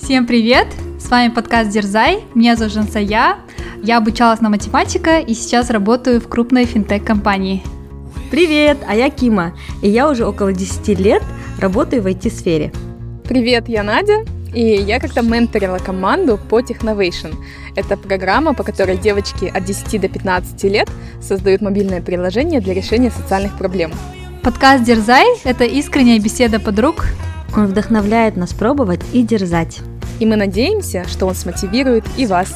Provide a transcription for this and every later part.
Всем привет! С вами подкаст «Дерзай». Меня зовут Жансая. Я обучалась на математика и сейчас работаю в крупной финтех-компании. Привет, а я Кима, и я уже около 10 лет работаю в IT-сфере. Привет, я Надя, и я как-то менторила команду по Technovation. Это программа, по которой девочки от 10 до 15 лет создают мобильное приложение для решения социальных проблем. Подкаст «Дерзай» — это искренняя беседа подруг. Он вдохновляет нас пробовать и дерзать. И мы надеемся, что он смотивирует и вас.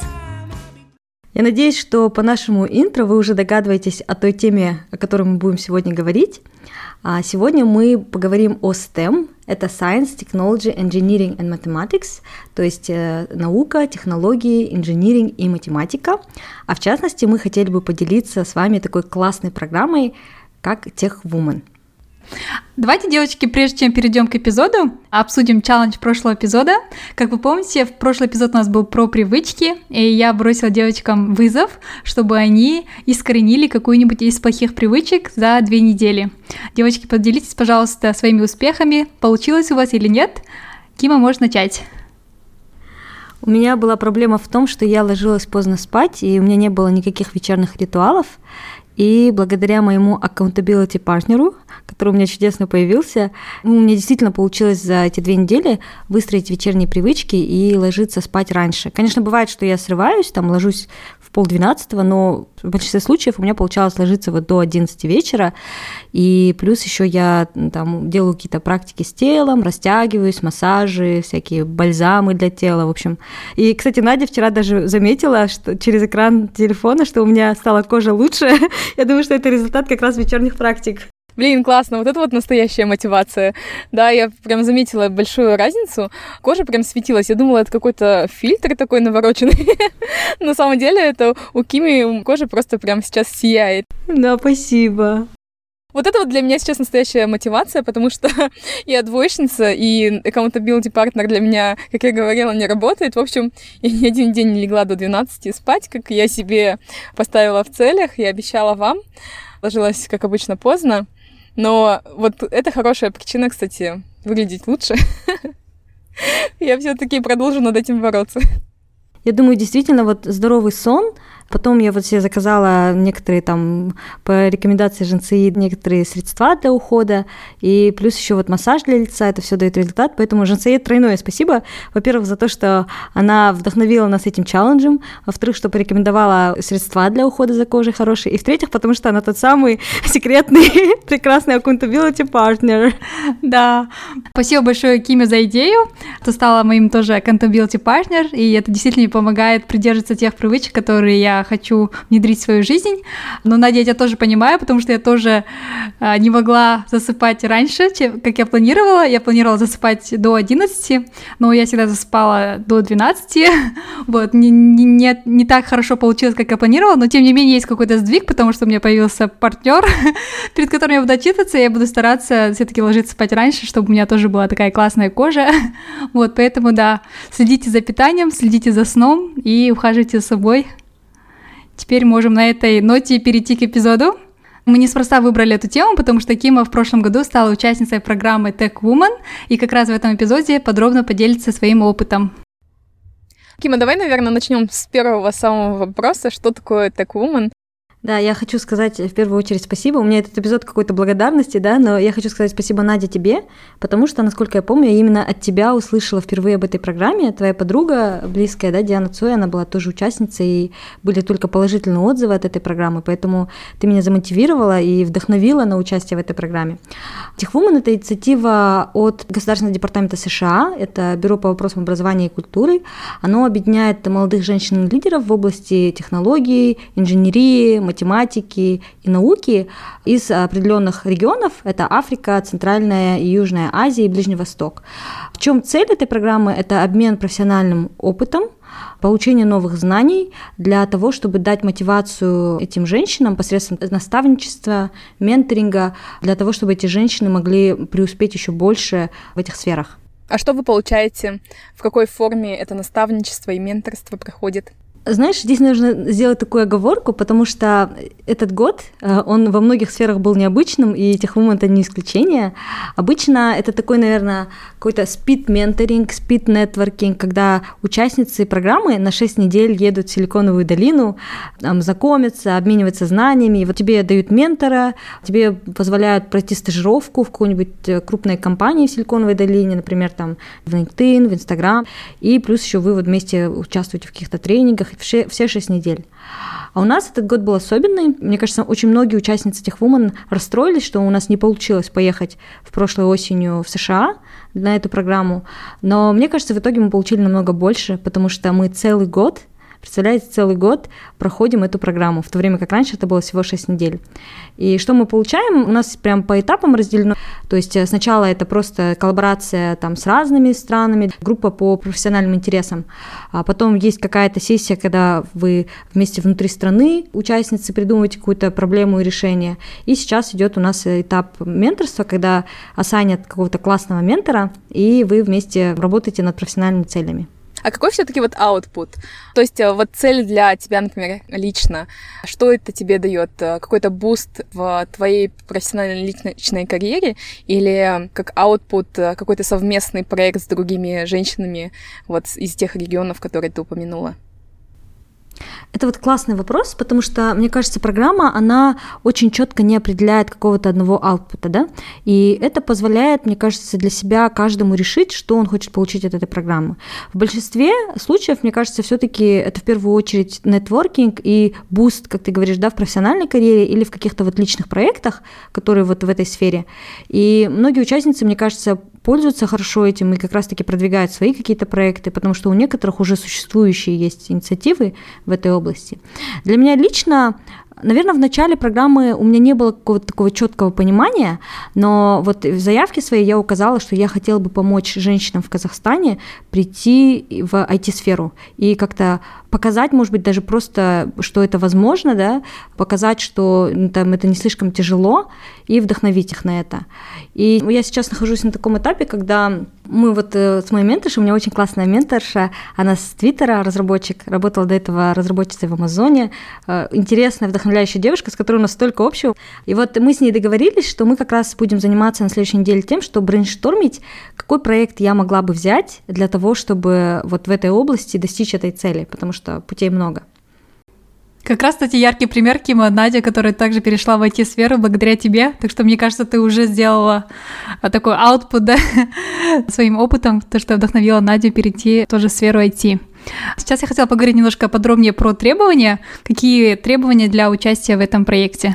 Я надеюсь, что по нашему интро вы уже догадываетесь о той теме, о которой мы будем сегодня говорить. А сегодня мы поговорим о STEM. Это Science, Technology, Engineering and Mathematics, то есть наука, технологии, инжиниринг и математика. А в частности, мы хотели бы поделиться с вами такой классной программой, как TechWoman. Давайте, девочки, прежде чем перейдем к эпизоду, обсудим челлендж прошлого эпизода. Как вы помните, в прошлый эпизод у нас был про привычки, и я бросила девочкам вызов, чтобы они искоренили какую-нибудь из плохих привычек за 2 недели. Девочки, поделитесь, пожалуйста, своими успехами. Получилось у вас или нет? Кима, можешь начать. У меня была проблема в том, что я ложилась поздно спать, и у меня не было никаких вечерних ритуалов. И благодаря моему accountability партнеру, который у меня чудесно появился, у меня действительно получилось за эти 2 недели выстроить вечерние привычки и ложиться спать раньше. Конечно, бывает, что я срываюсь, ложусь в 11:30, но в большинстве случаев у меня получалось ложиться до 11 вечера. И плюс еще я делаю какие-то практики с телом, растягиваюсь, массажи, всякие бальзамы для тела, в общем. И, кстати, Надя вчера даже заметила, что через экран телефона, что у меня стала кожа лучше. Я думаю, что это результат как раз вечерних практик. Блин, классно, вот это вот настоящая мотивация. Да, я прям заметила большую разницу. Кожа прям светилась. Я думала, это какой-то фильтр такой навороченный. На самом деле, это у Кими кожа просто прям сейчас сияет. Да, спасибо. Вот это вот для меня сейчас настоящая мотивация, потому что я двоечница, и accountability партнер для меня, как я говорила, не работает. В общем, я ни один день не легла до 12 спать, как я себе поставила в целях и обещала вам. Ложилась, как обычно, поздно. Но вот это хорошая причина, кстати, выглядеть лучше. Я все-таки продолжу над этим бороться. Я думаю, действительно, здоровый сон. Потом я себе заказала некоторые по рекомендации Жансии некоторые средства для ухода, и плюс еще массаж для лица, это все дает результат, поэтому Жансии тройное спасибо. Во-первых, за то, что она вдохновила нас этим челленджем, во-вторых, что порекомендовала средства для ухода за кожей хорошие, и в-третьих, потому что она тот самый секретный, прекрасный accountability partner. Да, спасибо большое, Киме, за идею. Ты стала моим тоже accountability partner, и это действительно помогает придерживаться тех привычек, которые я хочу внедрить в свою жизнь. Но, Надя, я тебя тоже понимаю, потому что я тоже не могла засыпать раньше, как я планировала. Я планировала засыпать до 11, но я всегда засыпала до 12. Не так хорошо получилось, как я планировала, но тем не менее есть какой-то сдвиг, потому что у меня появился партнер, перед которым я буду отчитываться, и я буду стараться все-таки ложиться спать раньше, чтобы у меня тоже была такая классная кожа. Поэтому, да, следите за питанием, следите за сном и ухаживайте за собой. Теперь можем на этой ноте перейти к эпизоду. Мы неспроста выбрали эту тему, потому что Кима в прошлом году стала участницей программы TechWoman, и как раз в этом эпизоде подробно поделится своим опытом. Кима, давай, наверное, начнем с первого самого вопроса. Что такое TechWoman? Да, я хочу сказать в первую очередь спасибо. У меня этот эпизод какой-то благодарности, да, но я хочу сказать спасибо, Надя, тебе, потому что, насколько я помню, я именно от тебя услышала впервые об этой программе. Твоя подруга близкая, да, Диана Цой, она была тоже участницей, и были только положительные отзывы от этой программы, поэтому ты меня замотивировала и вдохновила на участие в этой программе. TechWoman — это инициатива от Государственного департамента США, это Бюро по вопросам образования и культуры. Оно объединяет молодых женщин-лидеров в области технологий, инженерии, математики и науки из определенных регионов. Это Африка, Центральная и Южная Азия и Ближний Восток. В чем цель этой программы? Это обмен профессиональным опытом, получение новых знаний для того, чтобы дать мотивацию этим женщинам посредством наставничества, менторинга, для того, чтобы эти женщины могли преуспеть еще больше в этих сферах. А что вы получаете? В какой форме это наставничество и менторство проходит? Знаешь, здесь нужно сделать такую оговорку, потому что этот год, он во многих сферах был необычным, и Techwoman — это не исключение. Обычно это такой, наверное, какой-то спид-менторинг, спид-нетворкинг, когда участницы программы на 6 недель едут в Силиконовую долину, там, знакомятся, обмениваются знаниями, и вот тебе дают ментора, тебе позволяют пройти стажировку в какой-нибудь крупной компании в Силиконовой долине, например, там в LinkedIn, в Instagram, и плюс еще вы вот вместе участвуете в каких-то тренингах, все 6 недель. А у нас этот год был особенный. Мне кажется, очень многие участницы Techwoman расстроились, что у нас не получилось поехать в прошлой осенью в США на эту программу. Но мне кажется, в итоге мы получили намного больше, потому что мы целый год проходим эту программу, в то время как раньше это было всего 6 недель. И что мы получаем? У нас прям по этапам разделено. То есть сначала это просто коллаборация там с разными странами, группа по профессиональным интересам. А потом есть какая-то сессия, когда вы вместе внутри страны, участницы, придумываете какую-то проблему и решение. И сейчас идет у нас этап менторства, когда ассайнят какого-то классного ментора, и вы вместе работаете над профессиональными целями. А какой все-таки вот output? То есть вот цель для тебя, например, лично, что это тебе дает? Какой-то буст в твоей профессиональной личной карьере или как output какой-то совместный проект с другими женщинами вот из тех регионов, которые ты упомянула? Это вот классный вопрос, потому что, мне кажется, программа, она очень четко не определяет какого-то одного аутпута, да, и это позволяет, мне кажется, для себя каждому решить, что он хочет получить от этой программы. В большинстве случаев, мне кажется, все-таки это в первую очередь нетворкинг и буст, как ты говоришь, да, в профессиональной карьере или в каких-то вот личных проектах, которые вот в этой сфере. И многие участницы, мне кажется, пользуются хорошо этим и как раз-таки продвигают свои какие-то проекты, потому что у некоторых уже существующие есть инициативы в этой области. Для меня лично, наверное, в начале программы у меня не было какого-то такого четкого понимания, но вот в заявке своей я указала, что я хотела бы помочь женщинам в Казахстане прийти в IT-сферу и как-то показать, может быть, даже просто, что это возможно, да, показать, что там это не слишком тяжело, и вдохновить их на это. И я сейчас нахожусь на таком этапе, когда мы вот с моей менторшей, у меня очень классная менторша, она с Твиттера, разработчик, работала до этого разработчицей в Амазоне, интересная, вдохновляющая девушка, с которой у нас столько общего. И вот мы с ней договорились, что мы как раз будем заниматься на следующей неделе тем, что брейнштормить, какой проект я могла бы взять для того, чтобы вот в этой области достичь этой цели, потому что путей много. Как раз, кстати, яркий пример, Кима, Надя, которая также перешла в IT-сферу благодаря тебе. Так что, мне кажется, ты уже сделала такой output, да, своим опытом, то, что вдохновила Надю перейти в ту же сферу IT. Сейчас я хотела поговорить немножко подробнее про требования. Какие требования для участия в этом проекте?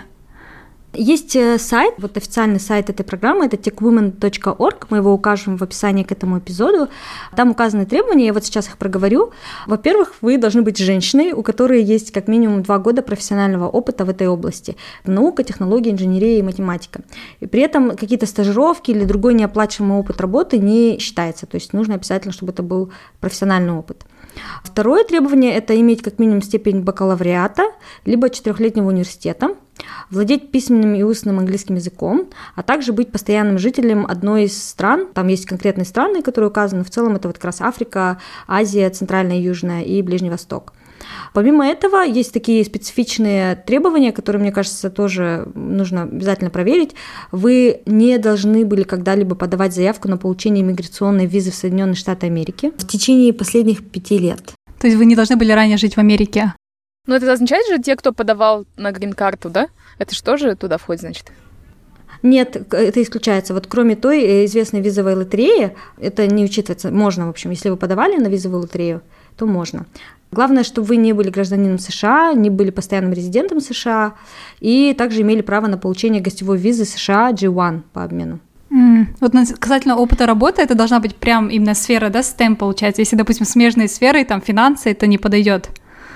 Есть сайт, вот официальный сайт этой программы, это techwoman.org, мы его укажем в описании к этому эпизоду. Там указаны требования, я вот сейчас их проговорю. Во-первых, вы должны быть женщиной, у которой есть как минимум 2 года профессионального опыта в этой области. Наука, технология, инженерия и математика. И при этом какие-то стажировки или другой неоплачиваемый опыт работы не считается, то есть нужно обязательно, чтобы это был профессиональный опыт. Второе требование – это иметь как минимум степень бакалавриата, либо 4-летнего университета, владеть письменным и устным английским языком, а также быть постоянным жителем одной из стран. Там есть конкретные страны, которые указаны. В целом это вот как раз Африка, Азия, Центральная и Южная и Ближний Восток. Помимо этого, есть такие специфичные требования, которые, мне кажется, тоже нужно обязательно проверить. Вы не должны были когда-либо подавать заявку на получение иммиграционной визы в Соединенные Штаты Америки в течение последних 5 лет. То есть вы не должны были ранее жить в Америке? Ну, это означает же, те, кто подавал на грин-карту, да? Это же тоже туда входит, значит? Нет, это исключается. Вот кроме той известной визовой лотереи, это не учитывается. Можно, в общем, если вы подавали на визовую лотерею, то можно. Главное, чтобы вы не были гражданином США, не были постоянным резидентом США и также имели право на получение гостевой визы США G1 по обмену. Вот касательно опыта работы, это должна быть прям именно сфера, да, STEM получается. Если, допустим, смежные сферы, там, финансы, это не подойдет.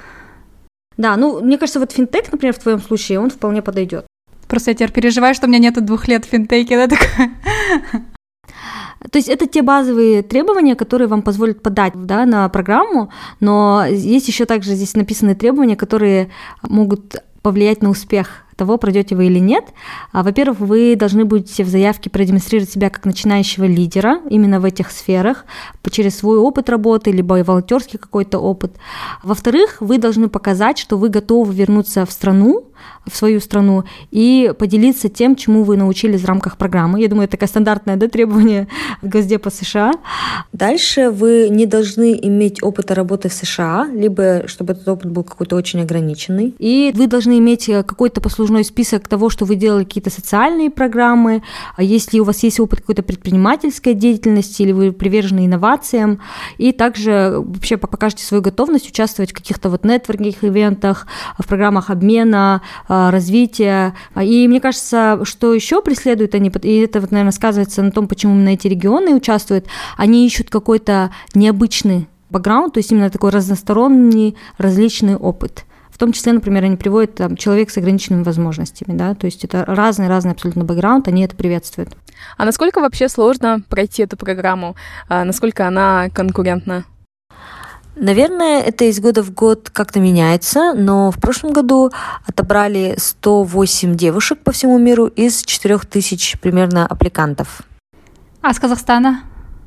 Да, ну, мне кажется, вот финтех, например, в твоем случае, он вполне подойдет. Просто я теперь переживаю, что у меня нету 2 лет в финтеке, да, такое. То есть это те базовые требования, которые вам позволят подать, да, на программу, но есть еще также здесь написаны требования, которые могут повлиять на успех того, пройдете вы или нет. Во-первых, вы должны будете в заявке продемонстрировать себя как начинающего лидера именно в этих сферах, через свой опыт работы, либо волонтерский какой-то опыт. Во-вторых, вы должны показать, что вы готовы вернуться в свою страну и поделиться тем, чему вы научились в рамках программы. Я думаю, это такое стандартное требование Госдепа США. Дальше вы не должны иметь опыта работы в США, либо чтобы этот опыт был какой-то очень ограниченный. И вы должны иметь какой-то послужной список того, что вы делали какие-то социальные программы, если у вас есть опыт какой-то предпринимательской деятельности или вы привержены инновациям, и также вообще покажете свою готовность участвовать в каких-то нетворкинг-ивентах, в программах обмена, развития. И мне кажется, что еще преследуют они, и это, наверное, сказывается на том, почему именно эти регионы участвуют, они ищут какой-то необычный бэкграунд, то есть именно такой разносторонний, различный опыт. В том числе, например, они приводят человек с ограниченными возможностями, да, то есть это разный абсолютно бэкграунд, они это приветствуют. А насколько вообще сложно пройти эту программу? Насколько она конкурентна? Наверное, это из года в год как-то меняется, но в прошлом году отобрали 108 девушек по всему миру из 4000 примерно аппликантов. А с Казахстана?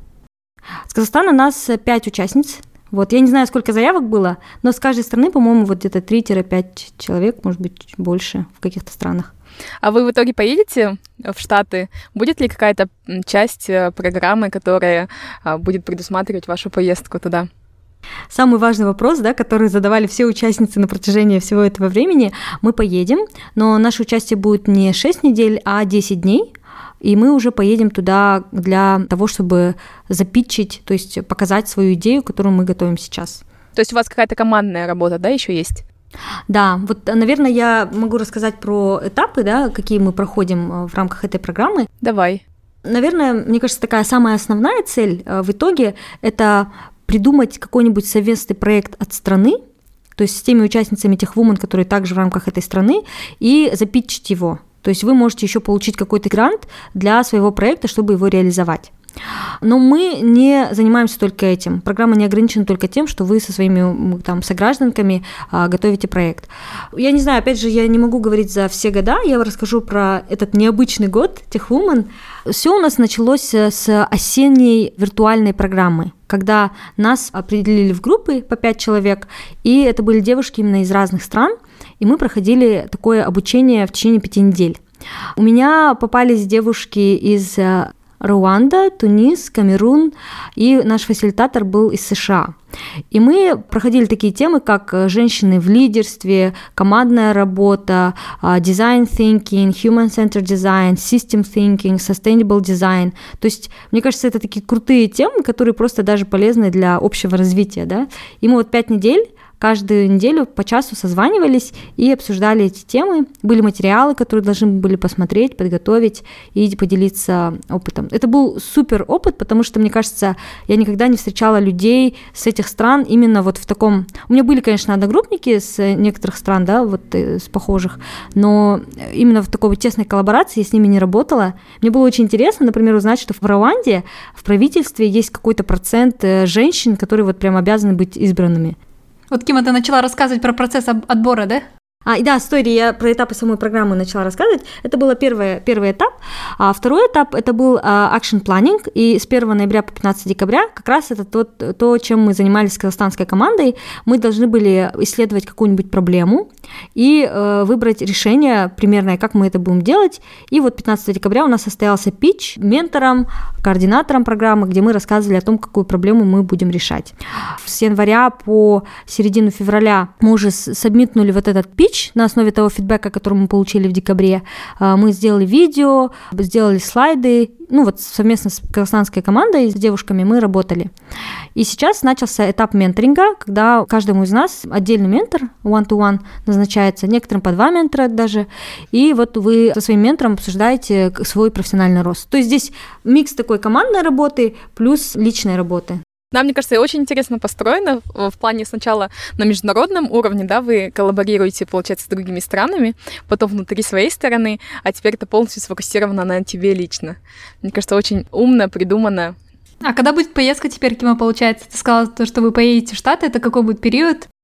С Казахстана нас 5 участниц. Я не знаю, сколько заявок было, но с каждой страны, по-моему, где-то 3-5 человек, может быть, больше в каких-то странах. А вы в итоге поедете в Штаты? Будет ли какая-то часть программы, которая будет предусматривать вашу поездку туда? Самый важный вопрос, который задавали все участницы на протяжении всего этого времени. Мы поедем, но наше участие будет не 6 недель, а 10 дней. И мы уже поедем туда для того, чтобы запитчить, то есть показать свою идею, которую мы готовим сейчас. То есть у вас какая-то командная работа, да, еще есть? Да, наверное, я могу рассказать про этапы, какие мы проходим в рамках этой программы. Давай. Наверное, мне кажется, такая самая основная цель в итоге – это придумать какой-нибудь совместный проект от страны, то есть с теми участницами тех вумен, которые также в рамках этой страны, и запитчить его. То есть вы можете еще получить какой-то грант для своего проекта, чтобы его реализовать. Но мы не занимаемся только этим. Программа не ограничена только тем, что вы со своими согражданками готовите проект. Я не знаю, опять же, я не могу говорить за все года, я расскажу про этот необычный год Tech Woman. Все у нас началось с осенней виртуальной программы, когда нас определили в группы по 5 человек, и это были девушки именно из разных стран, и мы проходили такое обучение в течение 5 недель. У меня попались девушки из Руанда, Тунис, Камерун, и наш фасилитатор был из США. И мы проходили такие темы, как женщины в лидерстве, командная работа, design thinking, human-centered design, system thinking, sustainable design. То есть, мне кажется, это такие крутые темы, которые просто даже полезны для общего развития, да. И мы 5 недель каждую неделю по часу созванивались и обсуждали эти темы. Были материалы, которые должны были посмотреть, подготовить и поделиться опытом. Это был супер опыт, потому что, мне кажется, я никогда не встречала людей с этих стран именно в таком... У меня были, конечно, одногруппники с некоторых стран, с похожих, но именно в такой тесной коллаборации я с ними не работала. Мне было очень интересно, например, узнать, что в Руанде в правительстве есть какой-то процент женщин, которые прям обязаны быть избранными. Кима, ты начала рассказывать про процесс отбора, да? Да, я про этапы самой программы начала рассказывать. Это был первый этап. А второй этап – это был action planning, и с 1 ноября по 15 декабря как раз это то, чем мы занимались с казахстанской командой. Мы должны были исследовать какую-нибудь проблему и выбрать решение примерное, как мы это будем делать. И 15 декабря у нас состоялся питч ментором, координатором программы, где мы рассказывали о том, какую проблему мы будем решать. С января по середину февраля мы уже сабмитнули этот питч на основе того фидбэка, который мы получили в декабре. Мы сделали видео, сделали слайды, совместно с казахстанской командой, с девушками мы работали. И сейчас начался этап менторинга, когда каждому из нас отдельный ментор, one-to-one, назначается, некоторым по 2 ментора даже, и вы со своим ментором обсуждаете свой профессиональный рост. То есть здесь микс такой командной работы плюс личной работы. Да, мне кажется, очень интересно построено в плане сначала на международном уровне, да, вы коллаборируете, получается, с другими странами, потом внутри своей страны, а теперь это полностью сфокусировано на тебе лично. Мне кажется, очень умно придумано. А когда будет поездка теперь, Кима, получается? Ты сказала, что вы поедете в Штаты, это какой будет период?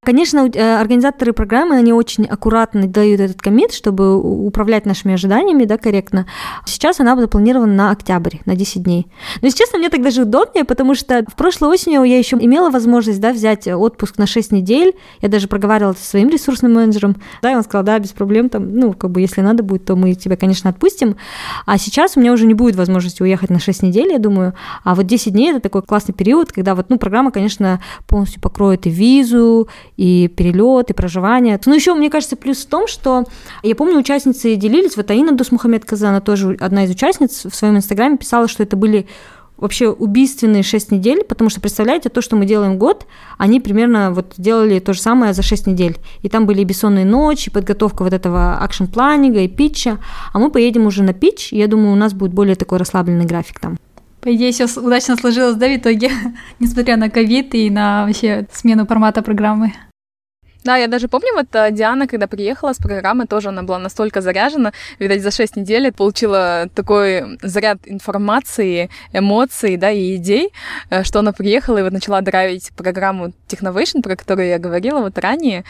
Конечно, организаторы программы, они очень аккуратно дают этот коммит, чтобы управлять нашими ожиданиями, да, корректно. Сейчас она запланирована на октябрь, на 10 дней. Но, если честно, мне так даже удобнее, потому что в прошлой осенью я еще имела возможность, да, взять отпуск на 6 недель. Я даже проговаривала это со своим ресурсным менеджером. Да, и он сказал, да, без проблем, там, ну, как бы, если надо будет, то мы тебя, конечно, отпустим. А сейчас у меня уже не будет возможности уехать на 6 недель, я думаю. А вот 10 дней – это такой классный период, когда вот, ну, программа, конечно, полностью покроет и визу, и перелет, и проживание. Но еще, мне кажется, плюс в том, что я помню, участницы делились, вот Аина Дусмухамед Каза, она тоже одна из участниц, в своем инстаграме писала, что это были вообще убийственные 6 недель, потому что, представляете, то, что мы делаем год, они примерно вот делали то же самое за 6 недель. И там были и бессонные ночи, и подготовка вот этого акшн-планинга, и питча. А мы поедем уже на питч, и я думаю, у нас будет более такой расслабленный график там. По идее, все удачно сложилось, да, в итоге, несмотря на ковид и на вообще смену формата программы. Да, я даже помню, вот Диана, когда приехала с программы, тоже она была настолько заряжена, видать, за 6 недель получила такой заряд информации, эмоций, да, и идей, что она приехала и вот начала драйвить программу Technovation, про которую я говорила вот ранее,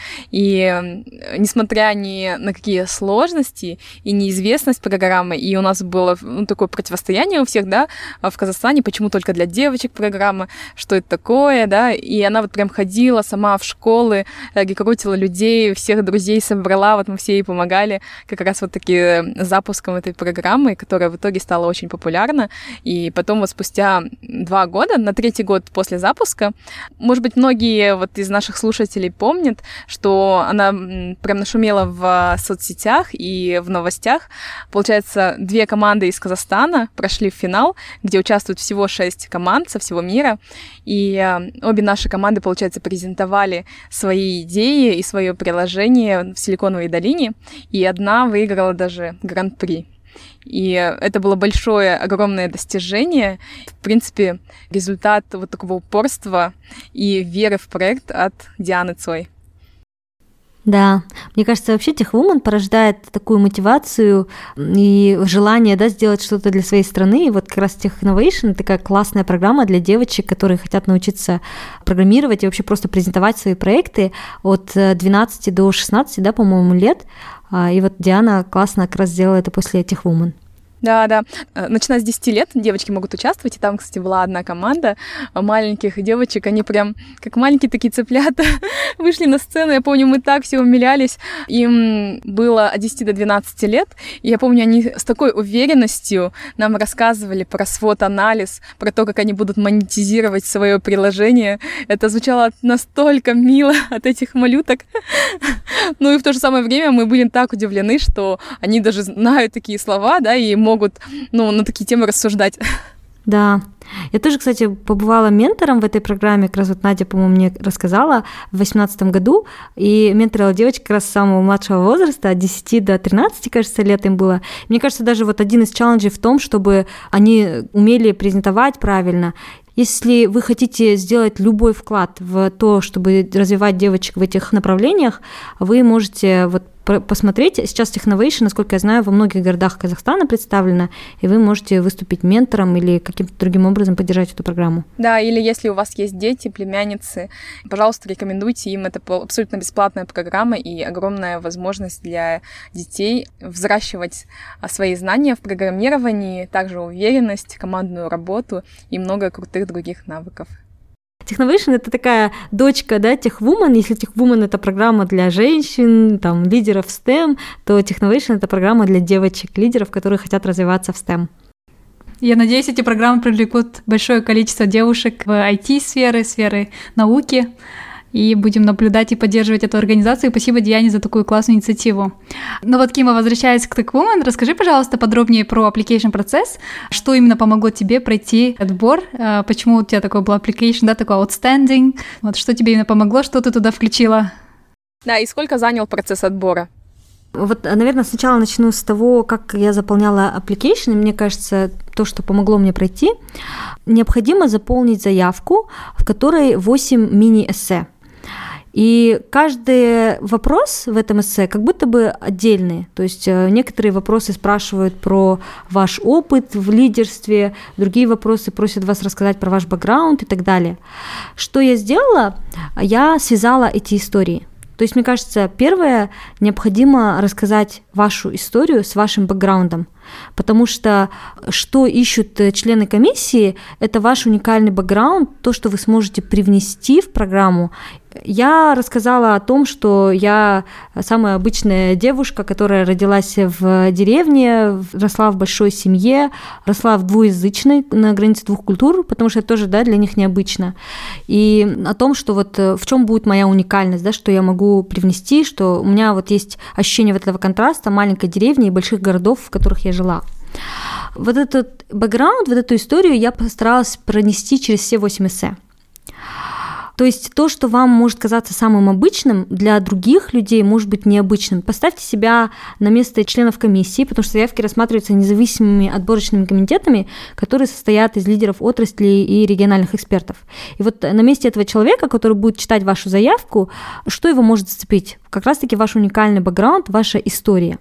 и несмотря ни на какие сложности и неизвестность программы, и у нас было такое противостояние у всех, да, в Казахстане, почему только для девочек программа, что это такое, да, и она вот прям ходила сама в школы, крутила людей, всех друзей собрала, вот мы все ей помогали как раз вот таки запуском этой программы, которая в итоге стала очень популярна. И потом вот спустя 2 года, на 3-й год после запуска, может быть, многие вот из наших слушателей помнят, что она прям нашумела в соцсетях и в новостях. Получается, 2 команды из Казахстана прошли в финал, где участвуют всего 6 команд со всего мира. И обе наши команды, получается, презентовали свои идеи и свое приложение в Силиконовой долине, и одна выиграла даже гран-при. И это было большое, огромное достижение. В принципе, результат вот такого упорства и веры в проект от Дианы Цой. Да, мне кажется, вообще Techwoman порождает такую мотивацию и желание, да, сделать что-то для своей страны. И вот как раз Technovation — такая классная программа для девочек, которые хотят научиться программировать и вообще просто презентовать свои проекты от 12 до 16, да, по-моему, лет. И вот Диана классно как раз сделала это после Techwoman. Да. Начиная с 10 лет девочки могут участвовать, и там, кстати, была одна команда маленьких девочек, они прям как маленькие такие цыплята вышли на сцену, я помню, мы так все умилялись, им было от 10 до 12 лет, и я помню, они с такой уверенностью нам рассказывали про свод-анализ, про то, как они будут монетизировать свое приложение, это звучало настолько мило от этих малюток, ну и в то же самое время мы были так удивлены, что они даже знают такие слова, да, и могут, на такие темы рассуждать. Да. Я тоже, кстати, побывала ментором в этой программе, как раз вот Надя, по-моему, мне рассказала в 2018 году, и менторила девочек как раз с самого младшего возраста, от 10 до 13, кажется, лет им было. Мне кажется, даже вот один из челленджей в том, чтобы они умели презентовать правильно. Если вы хотите сделать любой вклад в то, чтобы развивать девочек в этих направлениях, вы можете вот посмотреть. Сейчас Technovation, насколько я знаю, во многих городах Казахстана представлена, и вы можете выступить ментором или каким-то другим образом поддержать эту программу. Да, или если у вас есть дети, племянницы, пожалуйста, рекомендуйте им. Это абсолютно бесплатная программа и огромная возможность для детей взращивать свои знания в программировании, также уверенность, командную работу и много крутых других навыков. Technovation — это такая дочка, да, Techwoman. Если Techwoman — это программа для женщин, там, лидеров STEM, то Technovation — это программа для девочек, лидеров, которые хотят развиваться в STEM. Я надеюсь, эти программы привлекут большое количество девушек в IT-сферы, сферы науки, и будем наблюдать и поддерживать эту организацию. И спасибо Диане за такую классную инициативу. Ну вот, Кима, возвращаясь к Techwoman, расскажи, пожалуйста, подробнее про application процесс. Что именно помогло тебе пройти отбор? Почему у тебя такой был application, да, такой outstanding? Вот что тебе именно помогло, что ты туда включила? Да, и сколько занял процесс отбора? Вот, наверное, сначала начну с того, как я заполняла application. И мне кажется, то, что помогло мне пройти, необходимо заполнить заявку, в которой 8 мини-эссе. И каждый вопрос в этом эссе как будто бы отдельный. То есть некоторые вопросы спрашивают про ваш опыт в лидерстве, другие вопросы просят вас рассказать про ваш бэкграунд и так далее. Что я сделала? Я связала эти истории. То есть, мне кажется, первое, необходимо рассказать вашу историю с вашим бэкграундом, потому что ищут члены комиссии, это ваш уникальный бэкграунд, то, что вы сможете привнести в программу. Я рассказала о том, что я самая обычная девушка, которая родилась в деревне, росла в большой семье, росла в двуязычной, на границе двух культур, потому что это тоже, да, для них необычно. И о том, что вот в чем будет моя уникальность, да, что я могу привнести, что у меня вот есть ощущение вот этого контраста маленькой деревни и больших городов, в которых я жила. Вот этот бэкграунд, вот эту историю я постаралась пронести через все 8 эссе. То есть то, что вам может казаться самым обычным, для других людей может быть необычным. Поставьте себя на место членов комиссии, потому что заявки рассматриваются независимыми отборочными комитетами, которые состоят из лидеров отрасли и региональных экспертов. И вот на месте этого человека, который будет читать вашу заявку, что его может зацепить? Как раз-таки ваш уникальный бэкграунд, ваша история.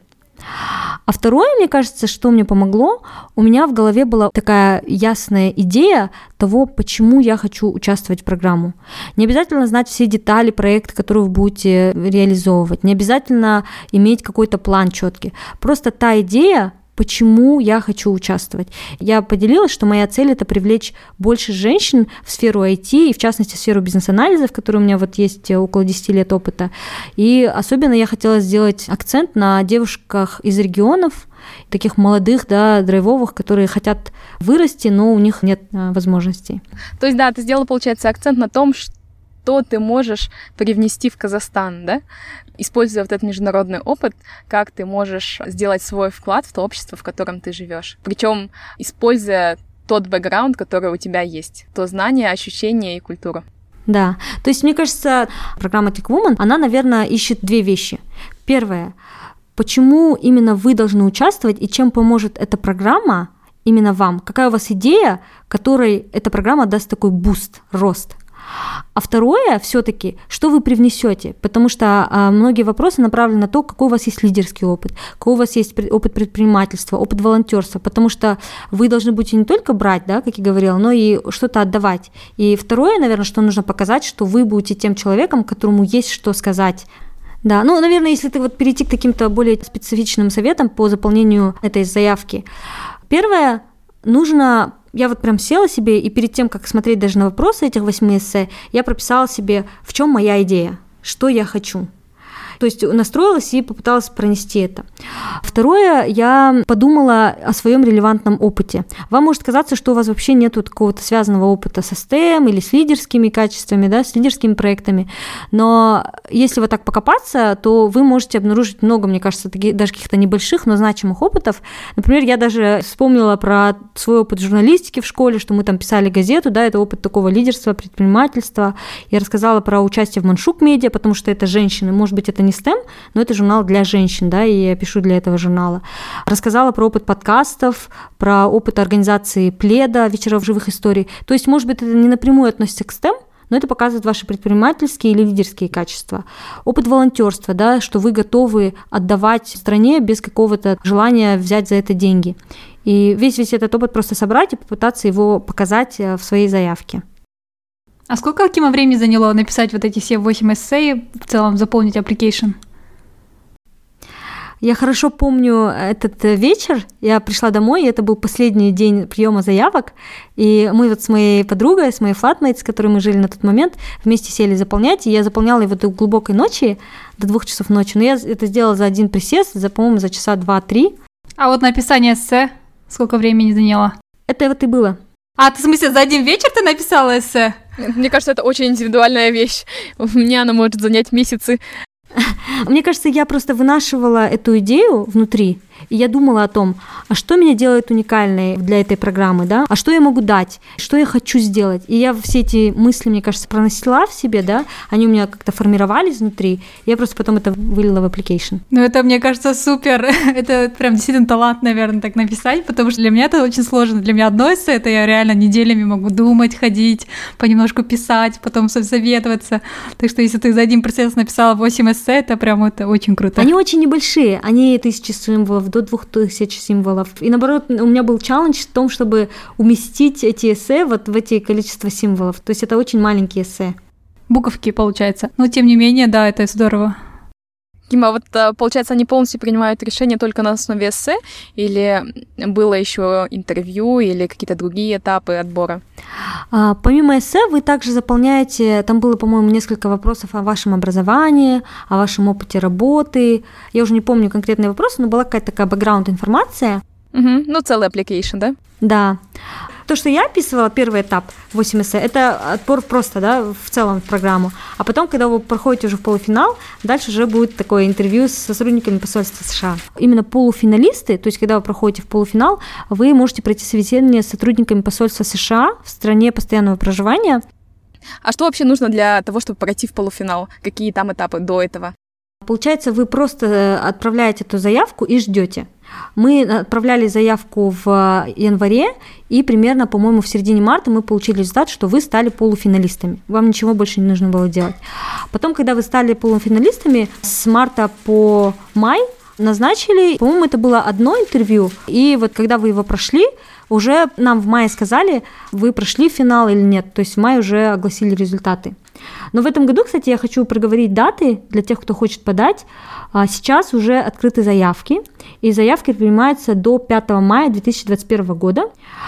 А второе, мне кажется, что мне помогло, у меня в голове была такая ясная идея того, почему я хочу участвовать в программу. Не обязательно знать все детали проекта, который вы будете реализовывать, не обязательно иметь какой-то план четкий. Просто та идея, почему я хочу участвовать. Я поделилась, что моя цель – это привлечь больше женщин в сферу IT, и в частности в сферу бизнес-анализа, в которой у меня вот есть около 10 лет опыта. И особенно я хотела сделать акцент на девушках из регионов, таких молодых, да, драйвовых, которые хотят вырасти, но у них нет возможностей. То есть, да, ты сделала, получается, акцент на том, что ты можешь привнести в Казахстан, да? Используя вот этот международный опыт, как ты можешь сделать свой вклад в то общество, в котором ты живешь. Причем используя тот бэкграунд, который у тебя есть, то знание, ощущение и культура. Да, то есть, мне кажется, программа Tech Woman, она, наверное, ищет две вещи. Первое, почему именно вы должны участвовать и чем поможет эта программа именно вам? Какая у вас идея, которой эта программа даст такой буст, рост? А второе, все-таки, что вы привнесете, потому что многие вопросы направлены на то, какой у вас есть лидерский опыт, какой у вас есть опыт предпринимательства, опыт волонтерства, потому что вы должны будете не только брать, да, как я говорила, но и что-то отдавать. И второе, наверное, что нужно показать, что вы будете тем человеком, которому есть что сказать. Да, ну, наверное, если ты вот перейти к каким-то более специфичным советам по заполнению этой заявки. Первое, нужно... Я вот прям села себе, и перед тем, как смотреть даже на вопросы этих 8 эссе, я прописала себе, в чем моя идея, что я хочу. То есть настроилась и попыталась пронести это. Второе, я подумала о своем релевантном опыте. Вам может казаться, что у вас вообще нет какого-то связанного опыта со STEM или с лидерскими качествами, да, с лидерскими проектами, но если вот так покопаться, то вы можете обнаружить много, мне кажется, даже каких-то небольших, но значимых опытов. Например, я даже вспомнила про свой опыт журналистики в школе, что мы там писали газету, да, это опыт такого лидерства, предпринимательства. Я рассказала про участие в Маншук Медиа, потому что это женщины, может быть, это не STEM, но это журнал для женщин, да, и я пишу для этого журнала. Рассказала про опыт подкастов, про опыт организации пледа, вечеров живых историй. То есть, может быть, это не напрямую относится к STEM, но это показывает ваши предпринимательские или лидерские качества. Опыт волонтерства, да, что вы готовы отдавать стране без какого-то желания взять за это деньги. И весь этот опыт просто собрать и попытаться его показать в своей заявке. А сколько, Кима, времени заняло написать вот эти все 8 эссе, в целом заполнить application? Я хорошо помню этот вечер, я пришла домой, и это был последний день приема заявок, и мы вот с моей подругой, с моей flatmate, с которой мы жили на тот момент, вместе сели заполнять, и я заполняла его до глубокой ночи, до 2 часов ночи, но я это сделала за один присест, по-моему, за часа 2-3. А вот написание эссе сколько времени заняло? Это вот и было. А, ты в смысле, за один вечер ты написала эссе? Мне кажется, это очень индивидуальная вещь. У меня она может занять месяцы. Мне кажется, я просто вынашивала эту идею внутри, И я думала о том, а что меня делает уникальной для этой программы, да, а что я могу дать, что я хочу сделать. И я все эти мысли, мне кажется, проносила в себе, да, они у меня как-то формировались внутри, я просто потом это вылила в application. Ну, это, мне кажется, супер. Это прям действительно талант, наверное, так написать, потому что для меня это очень сложно. Для меня одно эссе, это я реально неделями могу думать, ходить, понемножку писать, потом советоваться. Так что если ты за один процесс написала 8 эссе, это прям это очень круто. Они очень небольшие, они 1000 символов, до 2000 символов. И наоборот, у меня был челлендж в том, чтобы уместить эти эссе вот в эти количество символов. То есть это очень маленькие эссе. Буковки, получается. Но тем не менее, да, это здорово. Кима, вот получается, они полностью принимают решения только на основе эссе, или было еще интервью, или какие-то другие этапы отбора? Помимо эссе вы также заполняете, там было, по-моему, несколько вопросов о вашем образовании, о вашем опыте работы. Я уже не помню конкретные вопросы, но была какая-то такая бэкграунд-информация. Угу. Ну, целый application, да? Да. То, что я описывала, первый этап 8 эссе, это отбор просто, да, в целом в программу. А потом, когда вы проходите уже в полуфинал, дальше уже будет такое интервью с сотрудниками посольства США. Именно полуфиналисты, то есть когда вы проходите в полуфинал, вы можете пройти собеседование с сотрудниками посольства США в стране постоянного проживания. А что вообще нужно для того, чтобы пройти в полуфинал? Какие там этапы до этого? Получается, вы просто отправляете эту заявку и ждете. Мы отправляли заявку в январе, и примерно, по-моему, в середине марта мы получили результат, что вы стали полуфиналистами. Вам ничего больше не нужно было делать. Потом, когда вы стали полуфиналистами, с марта по май назначили, по-моему, это было одно интервью, и вот когда вы его прошли, уже нам в мае сказали, вы прошли финал или нет, то есть в мае уже огласили результаты. Но в этом году, кстати, я хочу проговорить даты для тех, кто хочет подать. Сейчас уже открыты заявки, и заявки принимаются до 5 мая 2021 года.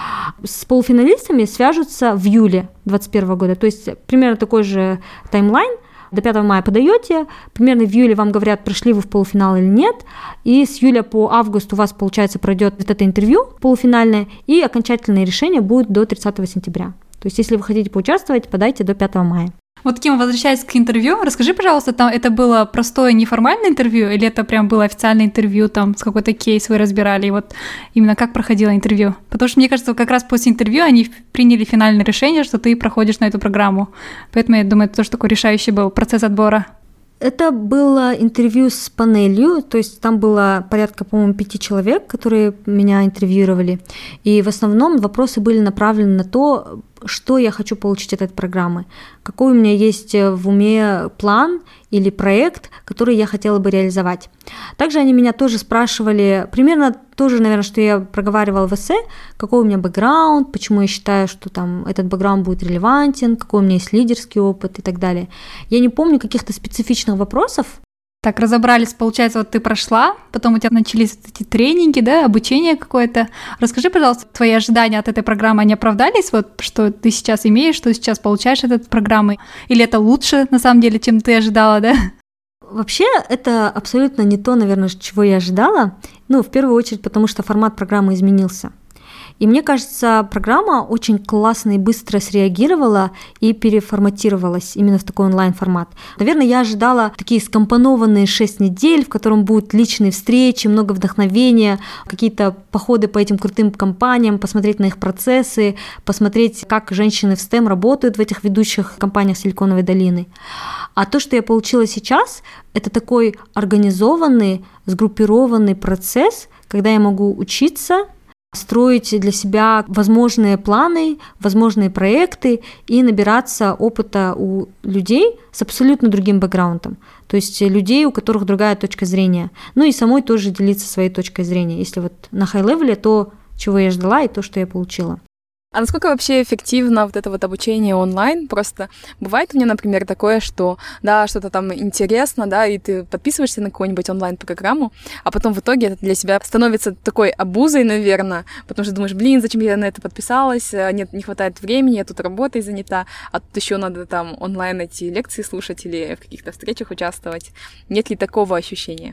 С полуфиналистами свяжутся в июле 2021 года, то есть примерно такой же таймлайн. До 5 мая подаете, примерно в июле вам говорят, прошли вы в полуфинал или нет, и с июля по август у вас, получается, пройдет вот это интервью полуфинальное, и окончательное решение будет до 30 сентября. То есть, если вы хотите поучаствовать, подайте до 5 мая. Вот, Ким, возвращаясь к интервью, расскажи, пожалуйста, там это было простое неформальное интервью, или это прям было официальное интервью, там, с какой-то кейс вы разбирали, и вот именно как проходило интервью? Потому что, мне кажется, как раз после интервью они приняли финальное решение, что ты проходишь на эту программу. Поэтому, я думаю, это тоже такой решающий был процесс отбора. Это было интервью с панелью, то есть там было порядка, по-моему, 5 человек, которые меня интервьюировали, и в основном вопросы были направлены на то, что я хочу получить от этой программы, какой у меня есть в уме план или проект, который я хотела бы реализовать. Также они меня тоже спрашивали, примерно тоже, наверное, что я проговаривала в эссе, какой у меня бэкграунд, почему я считаю, что там этот бэкграунд будет релевантен, какой у меня есть лидерский опыт и так далее. Я не помню каких-то специфичных вопросов. Так, разобрались, получается, вот ты прошла, потом у тебя начались эти тренинги, да, обучение какое-то. Расскажи, пожалуйста, твои ожидания от этой программы, они оправдались, вот что ты сейчас имеешь, что сейчас получаешь от этой программы? Или это лучше, на самом деле, чем ты ожидала, да? Вообще, это абсолютно не то, наверное, чего я ожидала. Ну, в первую очередь, потому что формат программы изменился. И мне кажется, программа очень классно и быстро среагировала и переформатировалась именно в такой онлайн-формат. Наверное, я ожидала такие скомпонованные 6 недель, в котором будут личные встречи, много вдохновения, какие-то походы по этим крутым компаниям, посмотреть на их процессы, посмотреть, как женщины в STEM работают в этих ведущих компаниях Силиконовой долины. А то, что я получила сейчас, это такой организованный, сгруппированный процесс, когда я могу учиться, строить для себя возможные планы, возможные проекты и набираться опыта у людей с абсолютно другим бэкграундом, то есть людей, у которых другая точка зрения. Ну и самой тоже делиться своей точкой зрения, если вот на хай-левеле то, чего я ждала, и то, что я получила. А насколько вообще эффективно вот это вот обучение онлайн? Просто бывает у меня, например, такое, что, да, что-то там интересно, да, и ты подписываешься на какую-нибудь онлайн-программу, а потом в итоге это для себя становится такой обузой, наверное, потому что думаешь, блин, зачем я на это подписалась, нет, не хватает времени, я тут работой занята, а тут еще надо там онлайн эти лекции слушать или в каких-то встречах участвовать. Нет ли такого ощущения?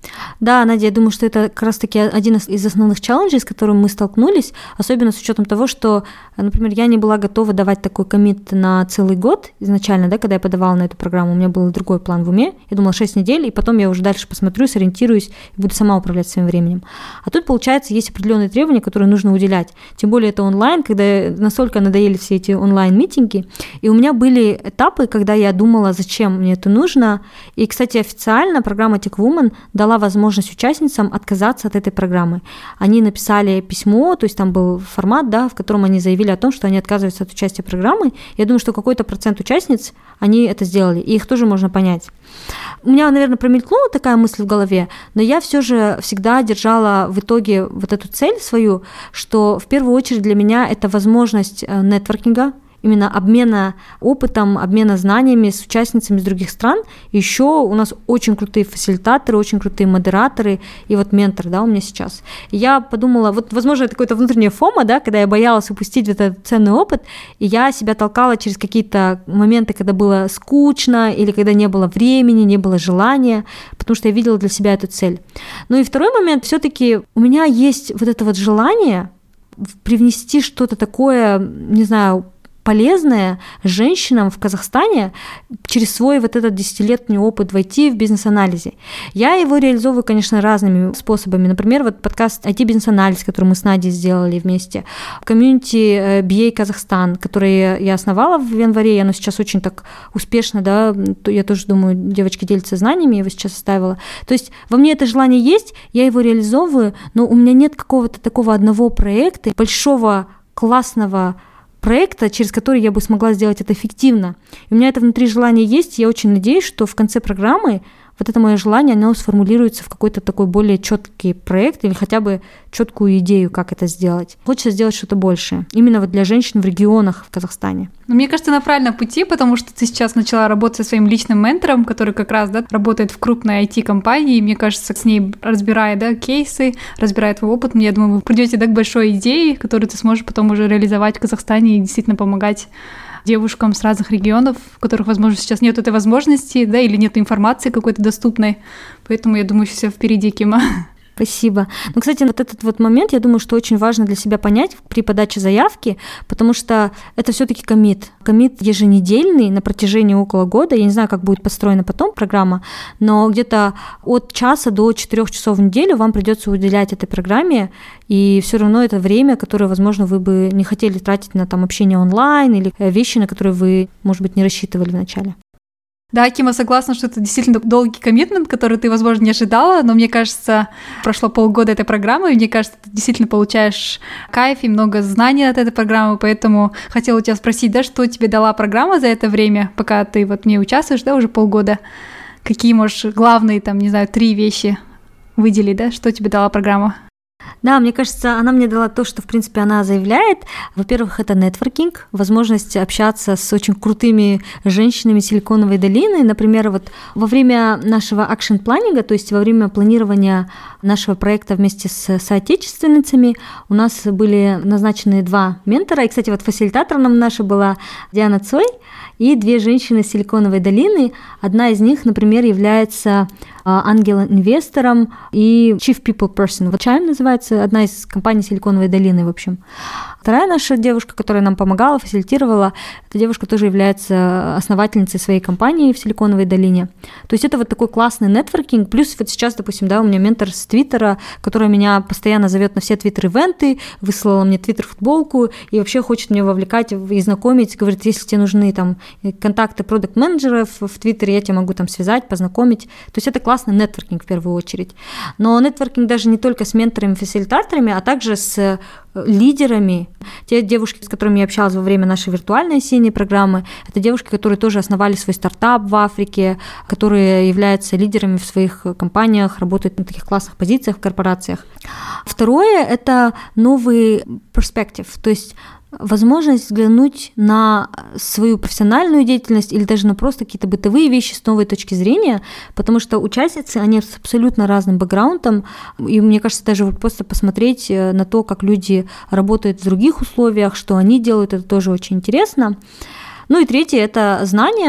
Да, Надя, я думаю, что это как раз-таки один из основных челленджей, с которым мы столкнулись, особенно с учетом того, что, например, я не была готова давать такой коммит на целый год изначально, да, когда я подавала на эту программу, у меня был другой план в уме, я думала 6 недель, и потом я уже дальше посмотрю, сориентируюсь и буду сама управлять своим временем. А тут, получается, есть определенные требования, которые нужно уделять, тем более это онлайн, когда настолько надоели все эти онлайн-митинги, и у меня были этапы, когда я думала, зачем мне это нужно, и, кстати, официально программа Tech Woman дала возможность участницам отказаться от этой программы. Они написали письмо, то есть там был формат, да, в котором они заявили о том, что они отказываются от участия в программе. Я думаю, что какой-то процент участниц, они это сделали, и их тоже можно понять. У меня, наверное, промелькнула такая мысль в голове, но я все же всегда держала в итоге вот эту цель свою, что в первую очередь для меня это возможность нетворкинга, именно обмена опытом, обмена знаниями с участницами из других стран. Еще у нас очень крутые фасилитаторы, очень крутые модераторы и вот ментор, да, у меня сейчас. И я подумала, вот, возможно, это какое-то внутреннее фомо, да, когда я боялась упустить вот этот ценный опыт, и я себя толкала через какие-то моменты, когда было скучно или когда не было времени, не было желания, потому что я видела для себя эту цель. Ну и второй момент, все-таки у меня есть вот это вот желание привнести что-то такое, не знаю, полезное женщинам в Казахстане через свой вот этот 10-летний опыт войти в бизнес-анализе. Я его реализовываю, конечно, разными способами. Например, вот подкаст IT-бизнес-анализ, который мы с Надей сделали вместе, комьюнити BA Казахстан, который я основала в январе, и оно сейчас очень так успешно, да, я тоже думаю, девочки делятся знаниями, я его сейчас оставила. То есть во мне это желание есть, я его реализовываю, но у меня нет какого-то такого одного проекта, большого, классного проекта, через который я бы смогла сделать это эффективно. И у меня это внутри желание есть, и я очень надеюсь, что в конце программы вот это мое желание, оно сформулируется в какой-то такой более четкий проект или хотя бы четкую идею, как это сделать. Хочется сделать что-то большее. Именно вот для женщин в регионах в Казахстане. Но мне кажется, на правильном пути, потому что ты сейчас начала работать со своим личным ментором, который как раз, да, работает в крупной IT-компании, и мне кажется, с ней разбирая, да, кейсы, разбирая твой опыт, я думаю, вы придете, да, к большой идее, которую ты сможешь потом уже реализовать в Казахстане и действительно помогать девушкам с разных регионов, в которых, возможно, сейчас нет этой возможности, да, или нет информации какой-то доступной. Поэтому я думаю, все впереди, Кима. Спасибо. Ну, кстати, вот этот вот момент, я думаю, что очень важно для себя понять при подаче заявки, потому что это все-таки коммит. Коммит еженедельный на протяжении около года. Я не знаю, как будет построена потом программа, но где-то от часа до 4 часов в неделю вам придется уделять этой программе, и все равно это время, которое, возможно, вы бы не хотели тратить на там общение онлайн или вещи, на которые вы, может быть, не рассчитывали вначале. Да, Кима, согласна, что это действительно долгий коммитмент, который ты, возможно, не ожидала, но мне кажется, прошло полгода этой программы, и мне кажется, ты действительно получаешь кайф и много знаний от этой программы, поэтому хотела у тебя спросить, да, что тебе дала программа за это время, пока ты вот в ней участвуешь, да, уже полгода, какие, можешь, главные, там, не знаю, 3 вещи выделить, да, что тебе дала программа? Да, мне кажется, она мне дала то, что, в принципе, она заявляет. Во-первых, это нетворкинг, возможность общаться с очень крутыми женщинами Силиконовой долины. Например, вот во время нашего акшн-планинга, то есть во время планирования нашего проекта вместе с соотечественницами, у нас были назначены 2 ментора. И, кстати, вот фасилитатором наша была Диана Цой и 2 женщины из Силиконовой долины. Одна из них, например, является ангелом-инвестором и Chief People Person. Вот Chime называется, одна из компаний Силиконовой долины, в общем. Вторая наша девушка, которая нам помогала, фасилитировала, эта девушка тоже является основательницей своей компании в Силиконовой долине. То есть это вот такой классный нетворкинг. Плюс вот сейчас, допустим, да, у меня ментор с Твиттера, который меня постоянно зовет на все Твиттер-ивенты, выслала мне Твиттер-футболку и вообще хочет меня вовлекать и знакомить. Говорит, если тебе нужны там контакты продакт-менеджеров в Твиттере, я тебя могу там связать, познакомить. То есть это классный нетворкинг в первую очередь. Но нетворкинг даже не только с менторами-фасилитаторами, а также с лидерами. Те девушки, с которыми я общалась во время нашей виртуальной осенней программы, это девушки, которые тоже основали свой стартап в Африке, которые являются лидерами в своих компаниях, работают на таких классных позициях в корпорациях. Второе – это новый перспектив, то есть возможность взглянуть на свою профессиональную деятельность или даже на просто какие-то бытовые вещи с новой точки зрения, потому что участницы, они с абсолютно разным бэкграундом, и мне кажется, даже вот просто посмотреть на то, как люди работают в других условиях, что они делают, это тоже очень интересно. Ну и третье – это знания,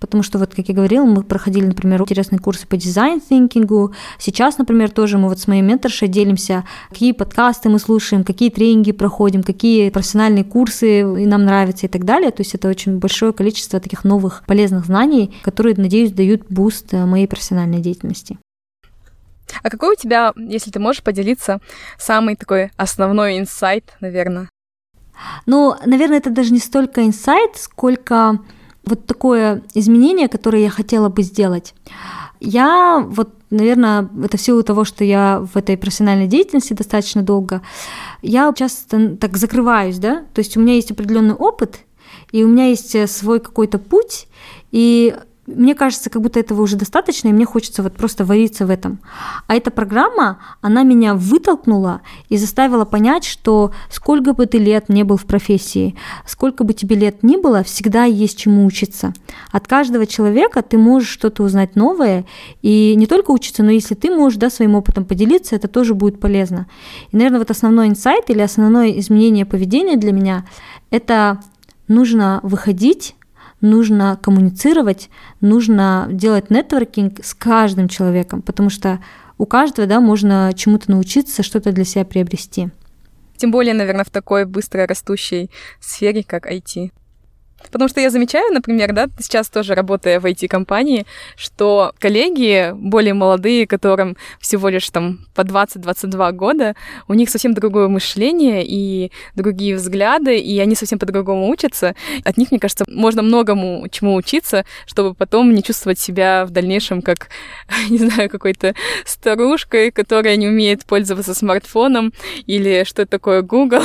потому что, вот, как я говорила, мы проходили, например, интересные курсы по дизайн-тинкингу. Сейчас, например, тоже мы вот с моей менторшей делимся, какие подкасты мы слушаем, какие тренинги проходим, какие профессиональные курсы нам нравятся и так далее. То есть это очень большое количество таких новых полезных знаний, которые, надеюсь, дают буст моей профессиональной деятельности. А какой у тебя, если ты можешь поделиться, самый такой основной инсайт, наверное? Ну, наверное, это даже не столько инсайт, сколько вот такое изменение, которое я хотела бы сделать. Я вот, наверное, это в силу того, что я в этой профессиональной деятельности достаточно долго, я часто так закрываюсь, да, то есть у меня есть определенный опыт, и у меня есть свой какой-то путь, и мне кажется, как будто этого уже достаточно, и мне хочется вот просто вариться в этом. А эта программа, она меня вытолкнула и заставила понять, что сколько бы ты лет не был в профессии, сколько бы тебе лет ни было, всегда есть чему учиться. От каждого человека ты можешь что-то узнать новое, и не только учиться, но если ты можешь, да, своим опытом поделиться, это тоже будет полезно. И, наверное, вот основной инсайт или основное изменение поведения для меня – это нужно выходить, нужно коммуницировать, нужно делать нетворкинг с каждым человеком, потому что у каждого, да, можно чему-то научиться, что-то для себя приобрести. Тем более, наверное, в такой быстро растущей сфере, как IT. Потому что я замечаю, например, да, сейчас тоже работая в IT-компании, что коллеги более молодые, которым всего лишь там по 20-22 года, у них совсем другое мышление и другие взгляды, и они совсем по-другому учатся. От них, мне кажется, можно многому чему учиться, чтобы потом не чувствовать себя в дальнейшем как, не знаю, какой-то старушкой, которая не умеет пользоваться смартфоном, или что такое Google.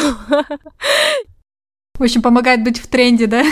В общем, помогает быть в тренде, да?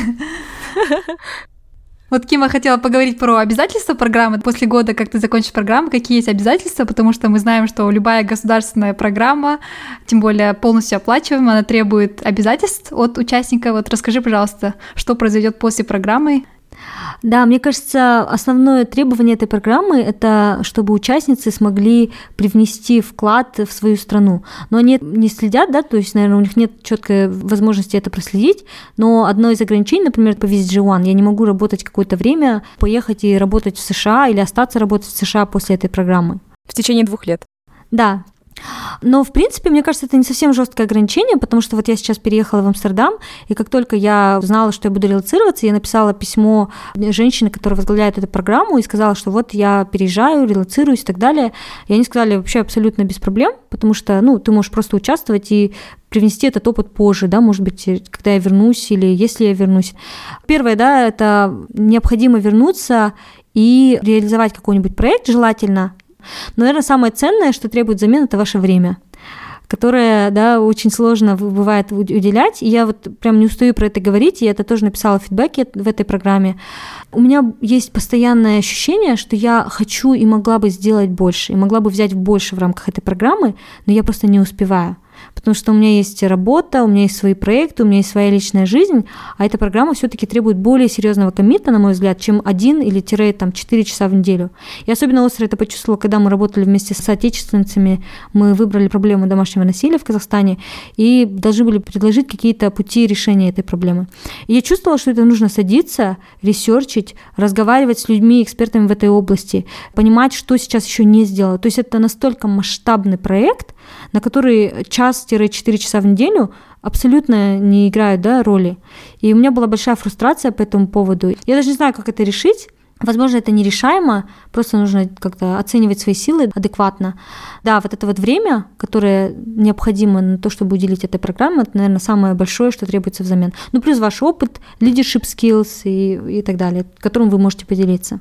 Вот Кима хотела поговорить про обязательства программы. После года, как ты закончишь программу, какие есть обязательства, потому что мы знаем, что любая государственная программа, тем более полностью оплачиваемая, она требует обязательств от участника. Вот расскажи, пожалуйста, что произойдет после программы? Да, мне кажется, основное требование этой программы – это чтобы участницы смогли привнести вклад в свою страну. Но они не следят, да, то есть, наверное, у них нет четкой возможности это проследить, но одно из ограничений, например, по Visit G1, я не могу работать какое-то время, поехать и работать в США или остаться работать в США после этой программы. В течение 2 лет? Да. Но, в принципе, мне кажется, это не совсем жесткое ограничение, потому что вот я сейчас переехала в Амстердам, и как только я узнала, что я буду релоцироваться, я написала письмо женщине, которая возглавляет эту программу, и сказала, что вот я переезжаю, релоцируюсь и так далее. И они сказали, вообще абсолютно без проблем, потому что, ну, ты можешь просто участвовать и привнести этот опыт позже, да, может быть, когда я вернусь или если я вернусь. Первое, да, это необходимо вернуться и реализовать какой-нибудь проект желательно. Но, наверное, самое ценное, что требует замены, это ваше время, которое, да, очень сложно бывает уделять. И я вот прям не устаю про это говорить, и я это тоже написала в фидбэке в этой программе. У меня есть постоянное ощущение, что я хочу и могла бы сделать больше, и могла бы взять больше в рамках этой программы, но я просто не успеваю. Потому что у меня есть работа, у меня есть свои проекты, у меня есть своя личная жизнь, а эта программа все-таки требует более серьезного коммита, на мой взгляд, чем 1 или 4 часа в неделю. И особенно остро это почувствовала, когда мы работали вместе с соотечественницами, мы выбрали проблему домашнего насилия в Казахстане и должны были предложить какие-то пути решения этой проблемы. И я чувствовала, что это нужно садиться, ресерчить, разговаривать с людьми, экспертами в этой области, понимать, что сейчас еще не сделано. То есть это настолько масштабный проект, на который 1-4 часа в неделю абсолютно не играют, да, роли. И у меня была большая фрустрация по этому поводу. Я даже не знаю, как это решить. Возможно, это нерешаемо, просто нужно как-то оценивать свои силы адекватно. Да, вот это вот время, которое необходимо на то, чтобы уделить этой программе, это, наверное, самое большое, что требуется взамен. Ну, плюс ваш опыт, leadership skills и так далее, которым вы можете поделиться.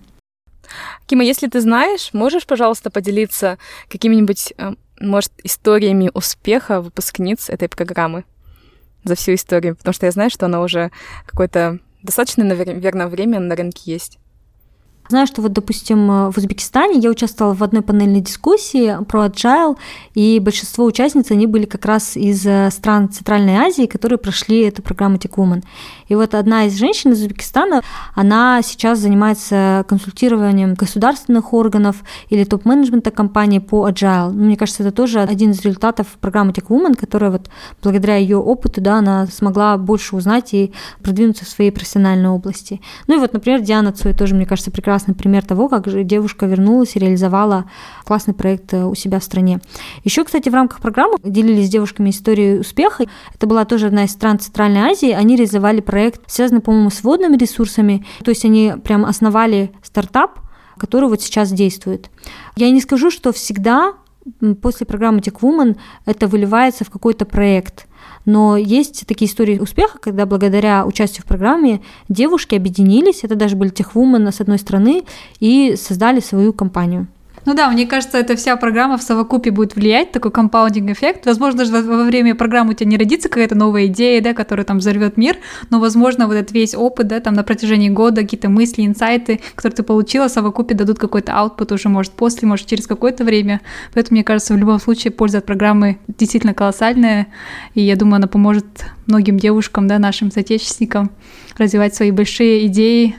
Кима, если ты знаешь, можешь, пожалуйста, поделиться какими-нибудь, может, историями успеха выпускниц этой программы за всю историю? Потому что я знаю, что она уже какое-то достаточно, наверное, время на рынке есть. Знаю, что вот, допустим, в Узбекистане я участвовала в одной панельной дискуссии про Agile, и большинство участниц, они были как раз из стран Центральной Азии, которые прошли эту программу Tech Woman. И вот одна из женщин из Узбекистана, она сейчас занимается консультированием государственных органов или топ-менеджмента компаний по Agile. Мне кажется, это тоже один из результатов программы Tech Woman, которая вот благодаря ее опыту, да, она смогла больше узнать и продвинуться в своей профессиональной области. Ну и вот, например, Диана Цой тоже, мне кажется, прекрасный пример того, как же девушка вернулась и реализовала классный проект у себя в стране. Еще, кстати, в рамках программы делились с девушками историей успеха. Это была тоже одна из стран Центральной Азии. Они реализовали проект, связанный, по-моему, с водными ресурсами. То есть они прям основали стартап, который вот сейчас действует. Я не скажу, что всегда после программы Tech Woman это выливается в какой-то проект. Но есть такие истории успеха, когда благодаря участию в программе девушки объединились, это даже были Tech Woman с одной стороны, и создали свою компанию. Ну да, мне кажется, эта вся программа в совокупе будет влиять, такой компаундинг-эффект. Возможно, даже во время программы у тебя не родится какая-то новая идея, да, которая там взорвет мир, но, возможно, вот этот весь опыт, да, там на протяжении года, какие-то мысли, инсайты, которые ты получила, в совокупе дадут какой-то аутпут уже, может, после, может, через какое-то время. Поэтому, мне кажется, в любом случае польза от программы действительно колоссальная, и я думаю, она поможет многим девушкам, да, нашим соотечественникам развивать свои большие идеи.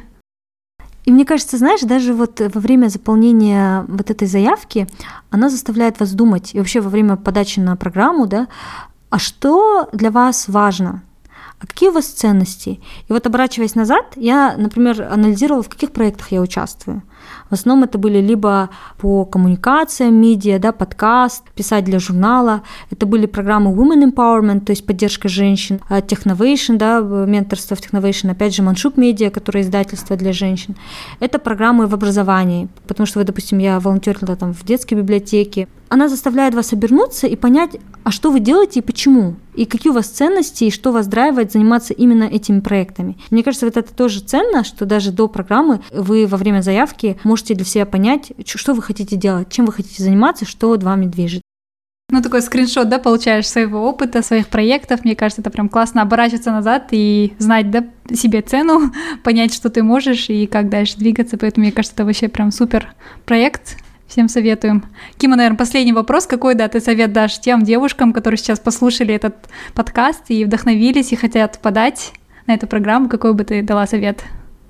И мне кажется, знаешь, даже вот во время заполнения вот этой заявки она заставляет вас думать, и вообще во время подачи на программу, да, а что для вас важно? А какие у вас ценности? И вот оборачиваясь назад, я, например, анализировала, в каких проектах я участвую. В основном это были либо по коммуникациям, медиа, да, подкаст, писать для журнала. Это были программы Women Empowerment, то есть поддержка женщин, Technovation, да, менторство в Technovation, опять же, Маншук Медиа, которое издательство для женщин. Это программы в образовании, потому что, допустим, я волонтерила там в детской библиотеке. Она заставляет вас обернуться и понять, а что вы делаете и почему, и какие у вас ценности, и что вас драйвает заниматься именно этими проектами. Мне кажется, вот это тоже ценно, что даже до программы вы во время заявки можете для себя понять, что вы хотите делать, чем вы хотите заниматься, что вами движет. Ну, такой скриншот, да, получаешь своего опыта, своих проектов. Мне кажется, это прям классно оборачиваться назад и знать, да, себе цену, понять, что ты можешь и как дальше двигаться. Поэтому, мне кажется, это вообще прям супер проект. Всем советуем. Кима, наверное, последний вопрос. Какой, да, ты совет дашь тем девушкам, которые сейчас послушали этот подкаст и вдохновились, и хотят подать на эту программу? Какой бы ты дала совет?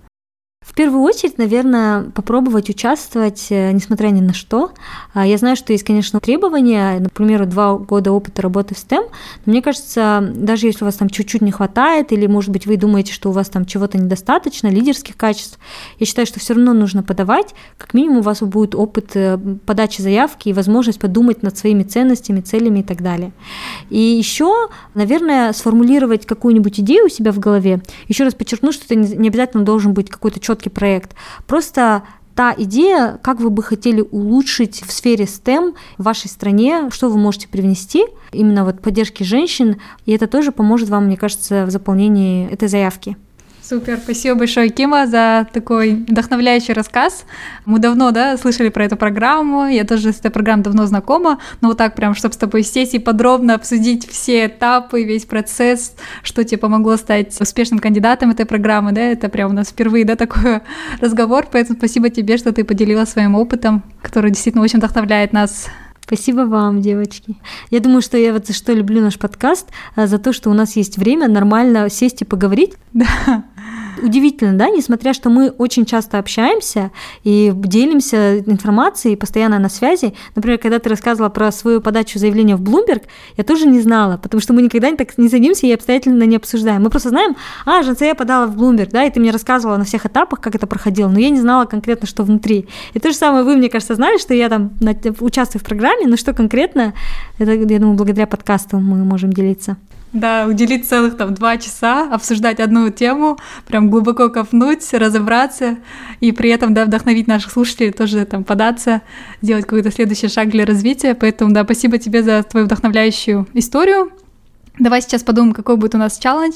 В первую очередь, наверное, попробовать участвовать, несмотря ни на что. Я знаю, что есть, конечно, требования, например, 2 года опыта работы в STEM, но мне кажется, даже если у вас там чуть-чуть не хватает, или, может быть, вы думаете, что у вас там чего-то недостаточно, лидерских качеств, я считаю, что все равно нужно подавать. Как минимум у вас будет опыт подачи заявки и возможность подумать над своими ценностями, целями и так далее. И еще, наверное, сформулировать какую-нибудь идею у себя в голове. Еще раз подчеркну, что это не обязательно должен быть какой-то четкий проект. Просто та идея, как вы бы хотели улучшить в сфере STEM в вашей стране, что вы можете привнести, именно вот поддержки женщин, и это тоже поможет вам, мне кажется, в заполнении этой заявки. Супер, спасибо большое, Кима, за такой вдохновляющий рассказ. Мы давно, да, слышали про эту программу, я тоже с этой программой давно знакома, но вот так прям, чтобы с тобой сесть и подробно обсудить все этапы, весь процесс, что тебе помогло стать успешным кандидатом этой программы, да, это прям у нас впервые, да, такой разговор, поэтому спасибо тебе, что ты поделилась своим опытом, который действительно очень вдохновляет нас. Спасибо вам, девочки. Я думаю, что я вот за что люблю наш подкаст, за то, что у нас есть время нормально сесть и поговорить. Да. Удивительно, да, несмотря что мы очень часто общаемся и делимся информацией, постоянно на связи. Например, когда ты рассказывала про свою подачу заявления в Bloomberg, я тоже не знала, потому что мы никогда так не садимся и обстоятельно не обсуждаем. Мы просто знаем, Жансая подала в Bloomberg, да, и ты мне рассказывала на всех этапах, как это проходило, но я не знала конкретно, что внутри. И то же самое вы, мне кажется, знали, что я там участвую в программе, но что конкретно, это, я думаю, благодаря подкасту мы можем делиться. Да, уделить целых там 2 часа, обсуждать одну тему, прям глубоко копнуть, разобраться, и при этом, да, вдохновить наших слушателей тоже там податься, сделать какой-то следующий шаг для развития. Поэтому, да, спасибо тебе за твою вдохновляющую историю. Давай сейчас подумаем, какой будет у нас челлендж.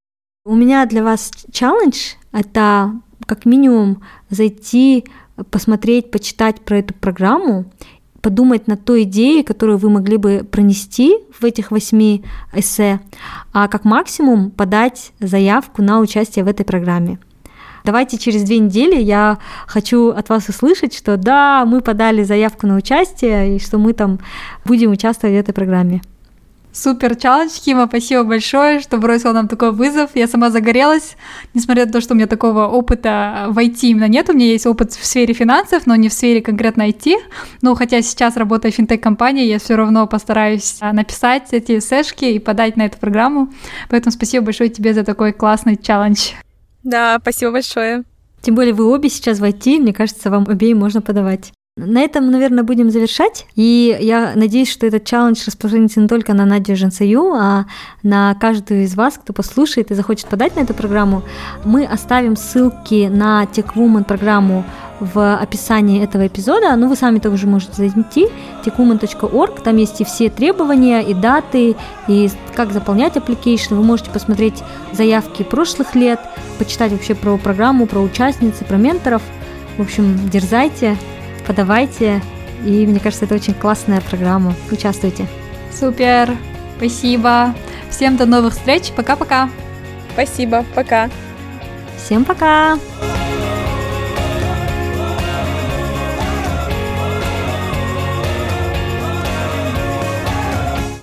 У меня для вас челлендж — это как минимум зайти, посмотреть, почитать про эту программу, подумать над той идеей, которую вы могли бы пронести в этих 8 эссе, а как максимум подать заявку на участие в этой программе. Давайте через 2 недели я хочу от вас услышать, что да, мы подали заявку на участие, и что мы там будем участвовать в этой программе. Супер челлендж, Кима, спасибо большое, что бросил нам такой вызов. Я сама загорелась, несмотря на то, что у меня такого опыта в IT именно нет. У меня есть опыт в сфере финансов, но не в сфере конкретно IT. Но хотя сейчас работаю в финтех-компании, я все равно постараюсь написать эти сэшки и подать на эту программу. Поэтому спасибо большое тебе за такой классный челлендж. Да, спасибо большое. Тем более вы обе сейчас в IT, мне кажется, вам обеим можно подавать. На этом, наверное, будем завершать. И я надеюсь, что этот челлендж распространится не только на Надю Жансою, а на каждую из вас, кто послушает и захочет подать на эту программу. Мы оставим ссылки на TechWoman программу в описании этого эпизода. Но вы сами также можете зайти techwoman.org. Там есть и все требования, и даты, и как заполнять application. Вы можете посмотреть заявки прошлых лет, почитать вообще про программу, про участниц, про менторов. В общем, дерзайте, подавайте, и мне кажется, это очень классная программа. Участвуйте. Супер, спасибо. Всем до новых встреч, пока-пока. Спасибо, пока. Всем пока.